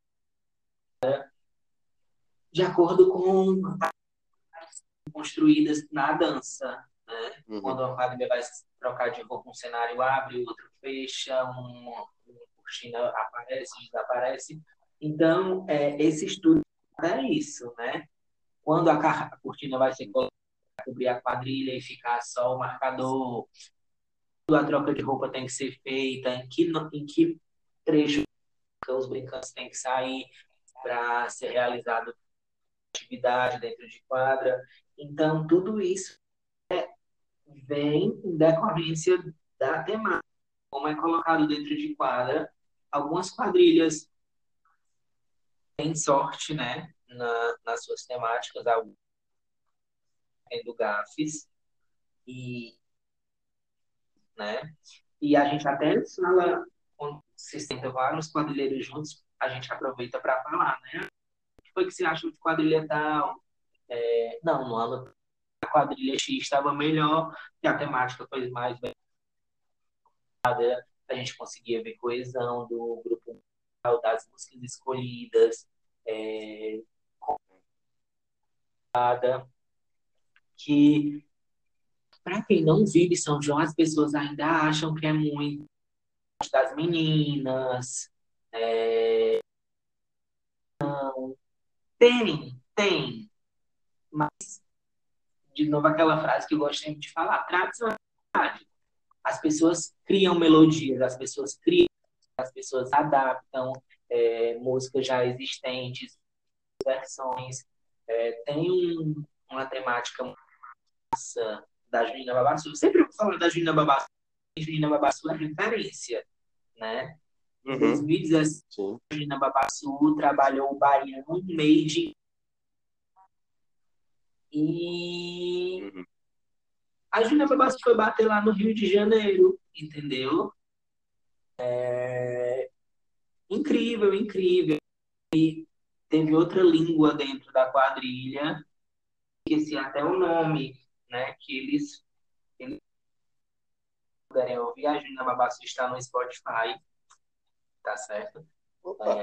de acordo com construídas na dança, né? uhum, Quando a quadrilha vai trocar de roupa, um cenário abre, o outro fecha, uma cortina aparece, desaparece. Então, esse estudo é isso, né? Quando a cortina vai ser colocada para cobrir a quadrilha e ficar só o marcador, quando a troca de roupa tem que ser feita, em que trecho os brincantes têm que sair para ser realizado atividade dentro de quadra. Então, tudo isso vem em decorrência da temática, como é colocado dentro de quadra. Algumas quadrilhas têm sorte, né, nas suas temáticas, algumas tendo gafes, e, né, e a gente até fala, quando se senta vários quadrilheiros juntos, a gente aproveita para falar, né? O que foi que você achou de quadrilha tal? Não, no ano a quadrilha X estava melhor, que a temática foi mais bem, a gente conseguia ver coesão do grupo musical, das músicas escolhidas, é, que para quem não vive São João, as pessoas ainda acham que é muito das meninas. É, tem. Mas, de novo, aquela frase que eu gosto sempre de falar, tradicionalidade. As pessoas criam melodias, as pessoas adaptam músicas já existentes, versões. Tem uma temática massa da Junina Babassu. Sempre vou falar da Junina Babassu. Junina Babassu é referência, né? Em Uhum, 2017, sim. a Junina Babassu trabalhou o Baião Made e Uhum. a Junina Babassu foi bater lá no Rio de Janeiro, entendeu? Incrível, incrível. Teve outra língua dentro da quadrilha, esqueci até o nome, né? Que eles puderem ouvir. A Junina Babassu está no Spotify, tá certo? Opa,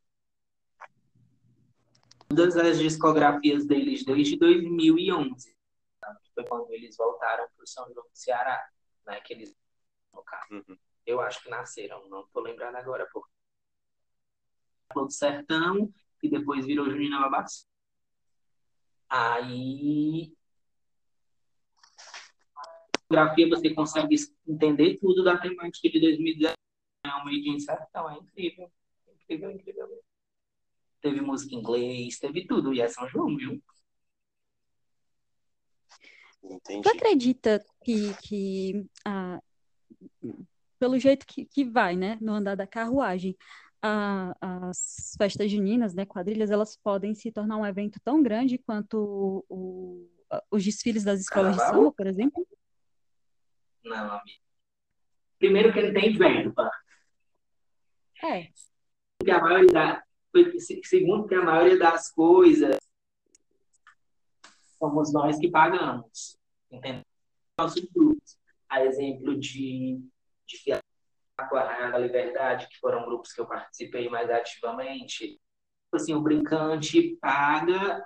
Todas as discografias deles desde 2011, que foi quando eles voltaram para o São João do Ceará, né? Que eles, no caso, uhum. eu acho que nasceram, não estou lembrando agora, porque do Sertão e depois virou Junina Babassu. Aí, fotografia você consegue entender tudo da temática de 2019. É um Made in Sertão, é incrível. Incrível, incrível. Teve música em inglês, teve tudo. E é São João, viu? Tu Entendi. acredita pelo jeito que vai, né, no andar da carruagem, as festas juninas, né, quadrilhas, elas podem se tornar um evento tão grande quanto os desfiles das escolas de Carnaval? samba, por exemplo? Não, amigo. Primeiro que ele tem verba. É, Que a maioria segundo que a maioria das coisas somos nós que pagamos. Entendeu? Nossos grupos. A exemplo de Fiat com a Raia da Liberdade, que foram grupos que eu participei mais ativamente. Assim, o brincante paga,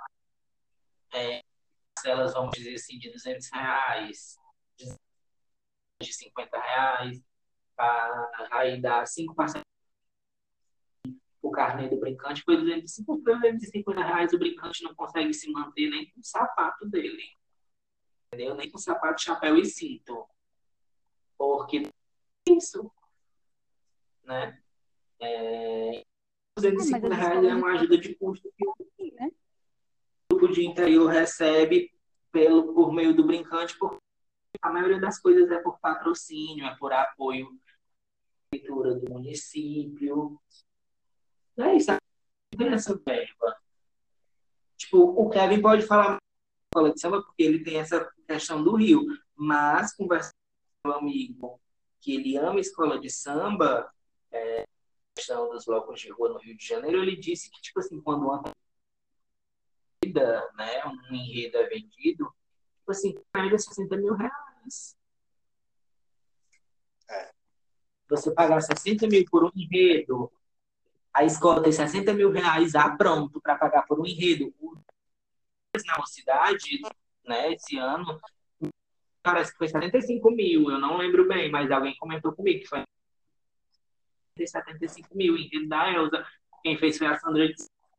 elas vamos dizer assim, de R$ 200, de R$ 50, aí dá 5 parcelas. O carnê do brincante foi R$ 250, o brincante não consegue se manter nem com o sapato dele, entendeu? Nem com sapato, chapéu e cinto. Porque é isso, né? duzentos e mas cinquenta as reais é escolas de uma samba ajuda de custo que o sim, né? grupo de interior recebe por meio do brincante, porque a maioria das coisas é por patrocínio, é por apoio da prefeitura do município. É isso, tem essa verba. Tipo, o Kevin pode falar escola de samba porque ele tem essa questão do Rio, mas conversando com meu amigo que ele ama escola de samba, questão dos blocos de rua no Rio de Janeiro, ele disse que, tipo assim, quando uma corrida, né, um enredo é vendido, tipo assim, perde R$ 60.000. É. Você pagar 60 mil por um enredo, a escola tem R$ 60.000 já pronto para pagar por um enredo. Na cidade, né, esse ano, parece que foi 75 mil, eu não lembro bem, mas alguém comentou comigo que foi 75 mil, enredo da Elza. Quem fez foi a Sandra de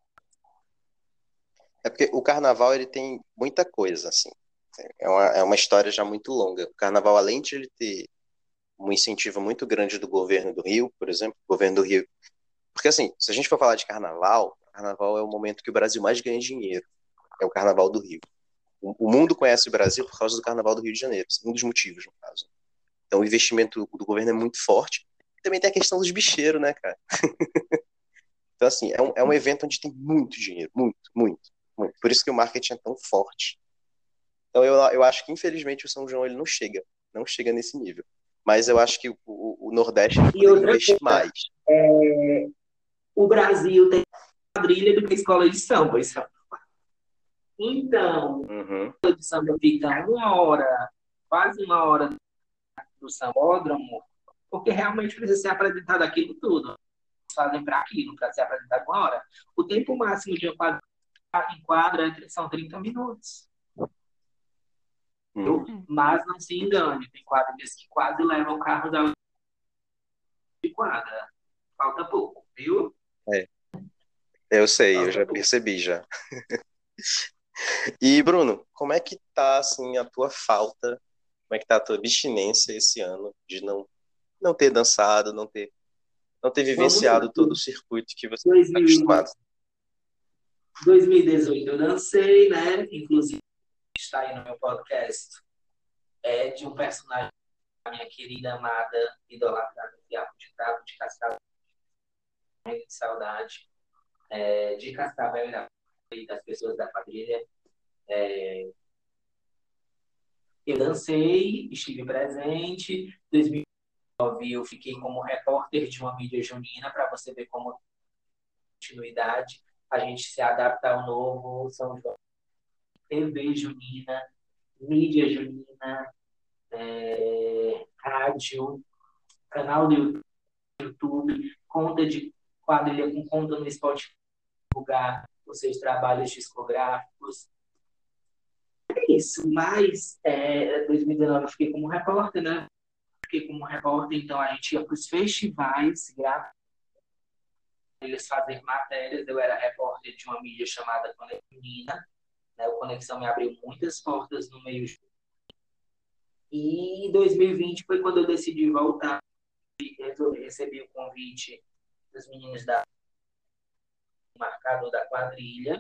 É porque o carnaval ele tem muita coisa, assim. É uma história já muito longa. O carnaval, além de ele ter um incentivo muito grande do governo do Rio, por exemplo, o governo do Rio. Porque, assim, se a gente for falar de carnaval, carnaval é o momento que o Brasil mais ganha dinheiro. É o carnaval do Rio. o mundo conhece o Brasil por causa do Carnaval do Rio de Janeiro, um dos motivos, no caso. Então o investimento do governo é muito forte. Também tem a questão dos bicheiros, né, cara? Então, assim, é um evento onde tem muito dinheiro, muito, muito, muito. Por isso que o marketing é tão forte. Então eu acho que, infelizmente, o São João ele não chega nesse nível. Mas eu acho que o Nordeste ele E poderia outra investir coisa, mais. o Brasil tem quadrilha do que escola de samba. Então, Uhum. a escola de samba fica quase uma hora do sambódromo, porque realmente precisa ser apresentado aquilo tudo. Eles fazem para aquilo, para ser apresentado uma hora. O tempo máximo de uma quadrilha em quadra são 30 minutos. Mas não se engane, tem quadrilhas que quase levam carros de quadra. Falta pouco, viu? É, eu sei, eu Falta já pouco. percebi já. E, Bruno, como é que tá, assim, a tua falta, como é que tá a tua abstinência esse ano de não ter dançado, não ter Vamos lá. vivenciado todo o circuito que você está 2000, acostumado? 2018 eu dancei, né? Inclusive está aí no meu podcast. É de um personagem da minha querida, amada, idolatrada, Fiapo de Cabo, de Cascavel, de saudade, de Cascavel e das pessoas da quadrilha. Eu dancei, estive presente. Em 2009 eu fiquei como repórter de uma mídia junina, para você ver como continuidade a gente se adapta ao novo São João. TV junina, mídia junina, rádio, canal do YouTube, conta de quadrilha com conta no Spotify, divulgar os seus trabalhos discográficos. É isso, mas 2019 eu fiquei como repórter, né? Fiquei como repórter, então a gente ia para os festivais, gravar, eles fazer matérias. Eu era repórter de uma mídia chamada Conexão Menina, né? O Conexão me abriu muitas portas no meio. E 2020 foi quando eu decidi voltar. Recebi o convite dos meninos da marcador da quadrilha.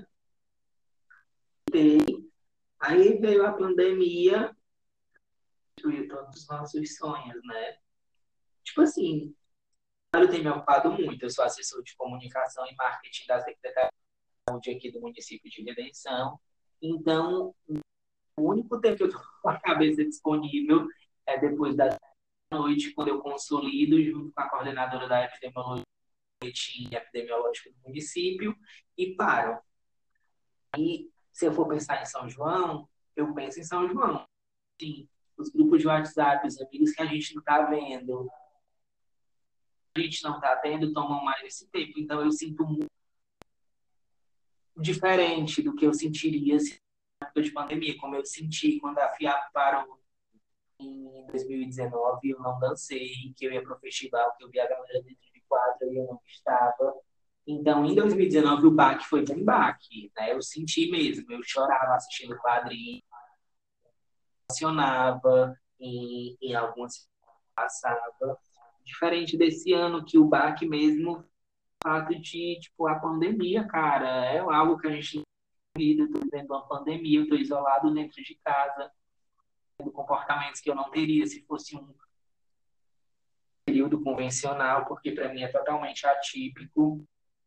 Aí veio a pandemia, destruiu todos os nossos sonhos, né? Tipo assim, eu tenho me ocupado muito. Eu sou assessor de comunicação e marketing da Secretaria de Saúde aqui do município de Redenção. Então, o único tempo que eu estou com a cabeça disponível é depois da noite, quando eu consolido, junto com a coordenadora da epidemiologia epidemiológica do município, e paro. E se eu for pensar em São João, eu penso em São João. Sim, os grupos de WhatsApp, os amigos que a gente não está vendo, a gente não está tendo, tomam mais esse tempo. Então eu sinto muito diferente do que eu sentiria se na época de pandemia, como eu senti quando a FIAP parou em 2019, eu não dancei, que eu ia para o festival, que eu vi a galera dentro de quadra e eu não estava. Então, em 2019, o baque foi bem baque, né? Eu senti mesmo, eu chorava assistindo quadrinhos, emocionava em algumas passava. Diferente desse ano, que o baque mesmo, o fato de, tipo, a pandemia, cara, é algo que a gente vida, estou vivendo uma pandemia, eu estou isolado dentro de casa, tendo comportamentos que eu não teria se fosse um período convencional, porque para mim é totalmente atípico.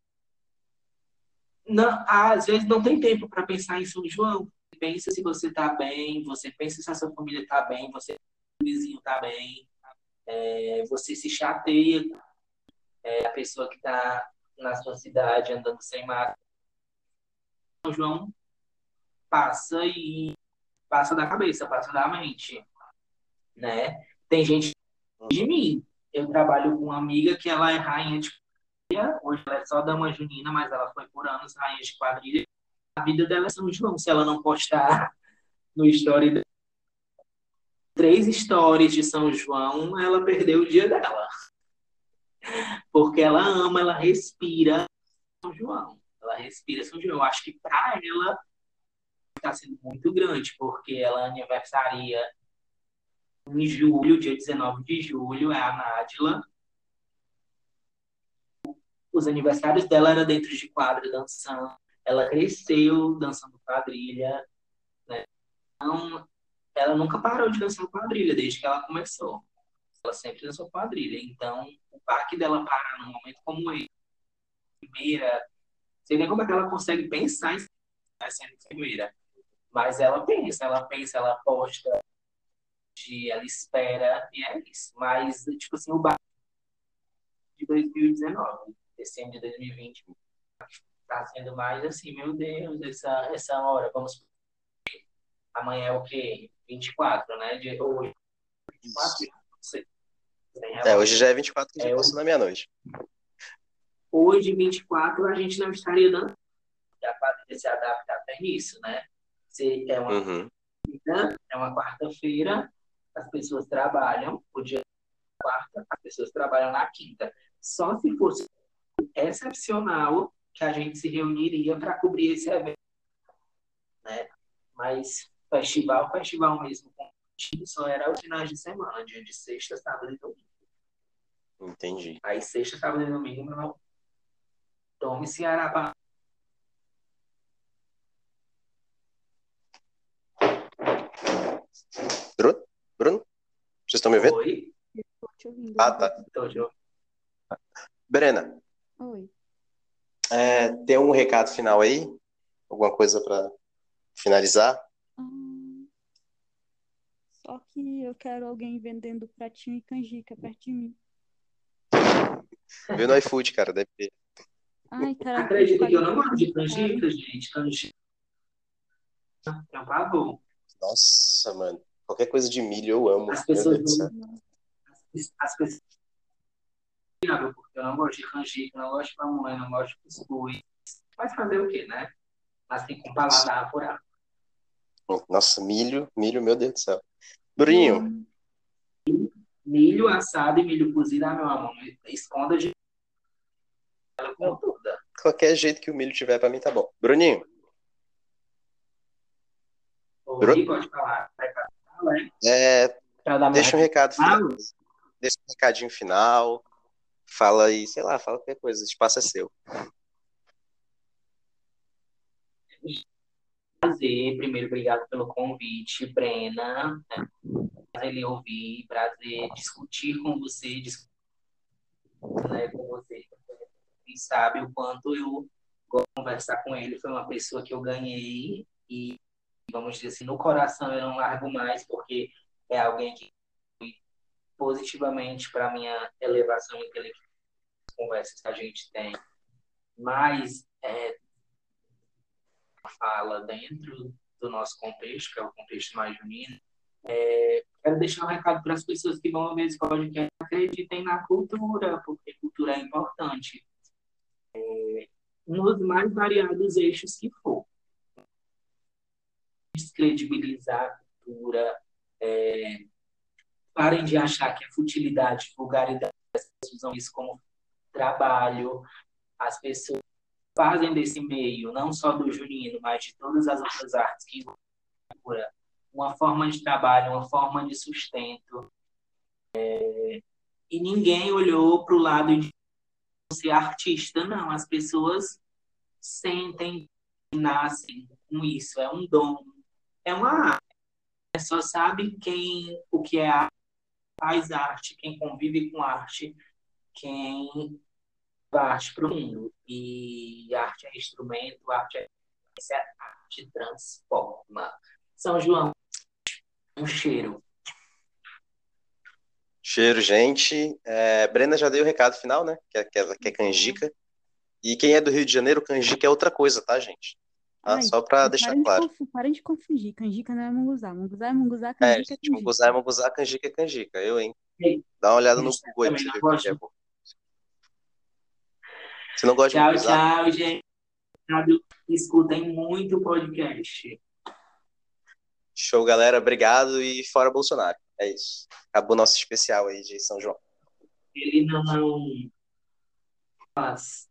Não, às vezes não tem tempo para pensar em São João. Pensa se você está bem, você pensa se a sua família está bem, você o vizinho está bem, você se chateia a pessoa que está na sua cidade andando sem máscara. São João passa e passa da cabeça, passa da mente, né? Tem gente de mim. Eu trabalho com uma amiga que ela é rainha de quadrilha, hoje ela é só dama junina, mas ela foi por anos rainha de quadrilha. A vida dela é São João. Se ela não postar no story 3 stories de São João, ela perdeu o dia dela. Porque ela ama, ela respira São João. Ela respira São João. Eu acho que para ela está sendo muito grande, porque ela aniversaria em julho, dia 19 de julho, é a Nádila. Os aniversários dela eram dentro de quadra, dançando. Ela cresceu dançando quadrilha, né? Ela nunca parou de dançar quadrilha desde que ela começou. Ela sempre dançou quadrilha. Então, o parque dela parar num momento como esse, primeira, você vê como é que ela consegue pensar em sendo enfermeira. Mas ela pensa, ela aposta, ela espera, e é isso. Mas, tipo assim, o bar de 2019, esse ano de 2020, tá sendo mais assim, meu Deus, essa hora, vamos. Amanhã é o quê? 24, né? Hoje, 24, Isso. não sei, sem Hoje relógio. já é 24 que já É, passou na meia-noite. hoje, 24, a gente não estaria dando. A quadrilha se adapta até nisso, né? Se Uhum. é uma quarta-feira, as pessoas trabalham, o dia da quarta, as pessoas trabalham na quinta. Só se fosse excepcional que a gente se reuniria para cobrir esse evento, né? Mas festival mesmo, só era os finais de semana, dia de sexta, sábado e domingo. Entendi. Aí sexta, sábado e domingo, meu irmão, tome Ceará para... Bruno? Bruno? Vocês estão me ouvindo? Oi, Tô te ouvindo. Ah, tá. tô de novo. Brena, Oi. tem um recado final aí? Alguma coisa para finalizar? Ah, só que eu quero alguém vendendo pratinho e canjica perto de mim. Vê no iFood, cara, deve ter. Ai, cara, iFood Acredita que eu paga não tudo gosto de muito caro. canjica, gente. Canjica é um pavor. Nossa, mano. Qualquer coisa de milho eu amo. As Meu pessoas Deus do céu. não. As pessoas não, porque eu não gosto de canjica, não gosto de pamonha, não gosto de cuscuz. Mas fazer o quê, né? Assim, com paladar apurado. Nossa, milho, meu Deus do céu. Eu Bruninho, amo. Milho assado e milho cozido, meu amor, esconda de ela com não, toda. qualquer jeito que o milho tiver pra mim tá bom. Bruninho, Oi, Bruno, pode falar. Né? é, Para dar meu deixa um recado recado final. final, Deixa um recadinho final. Fala aí, sei lá, fala qualquer coisa. O espaço é seu. prazer. Primeiro, obrigado pelo convite, Brena. Prazer lhe ouvir, prazer discutir com você, discutir, né, com você. E sabe o quanto eu gosto de conversar com ele. Foi uma pessoa que eu ganhei e, vamos dizer assim, no coração eu não largo mais, porque é alguém que positivamente para a minha elevação intelectual, conversas que a gente tem. Mas fala dentro do nosso contexto, que é o contexto mais junino, quero deixar um recado para as pessoas que vão ver esse podcast, acreditem na cultura, porque cultura é importante, nos mais variados eixos que for. Descredibilizar a cultura, parem de achar que é futilidade, vulgaridade, usam isso como trabalho, as pessoas fazem desse meio, não só do junino, mas de todas as outras artes que cultura, uma forma de trabalho, uma forma de sustento. E ninguém olhou para o lado de ser artista, não. As pessoas sentem, nascem com isso. É um dom, é uma arte. Só sabe quem o que é arte, faz arte, quem convive com arte, quem dá arte para o mundo. E arte é instrumento, arte transforma. São João, um cheiro. Cheiro, gente. Brena já deu o recado final, né? Que é canjica. E quem é do Rio de Janeiro, canjica é outra coisa, tá, gente? Tá? Ai, Só pra deixar claro. parem de confundir. Canjica não é munguzá. Munguzá é munguzá, canjica é Gente, canjica. munguzá é munguzá, canjica é canjica. Eu, hein? E Dá uma olhada no gente, Google aí pra também você não ver o que é, gosto. pô. Você não gosta de Tchau, munguzá? tchau, gente. Escutem muito o podcast. Show, galera. Obrigado e fora Bolsonaro. É isso. Acabou nosso especial aí de São João. Ele não faz.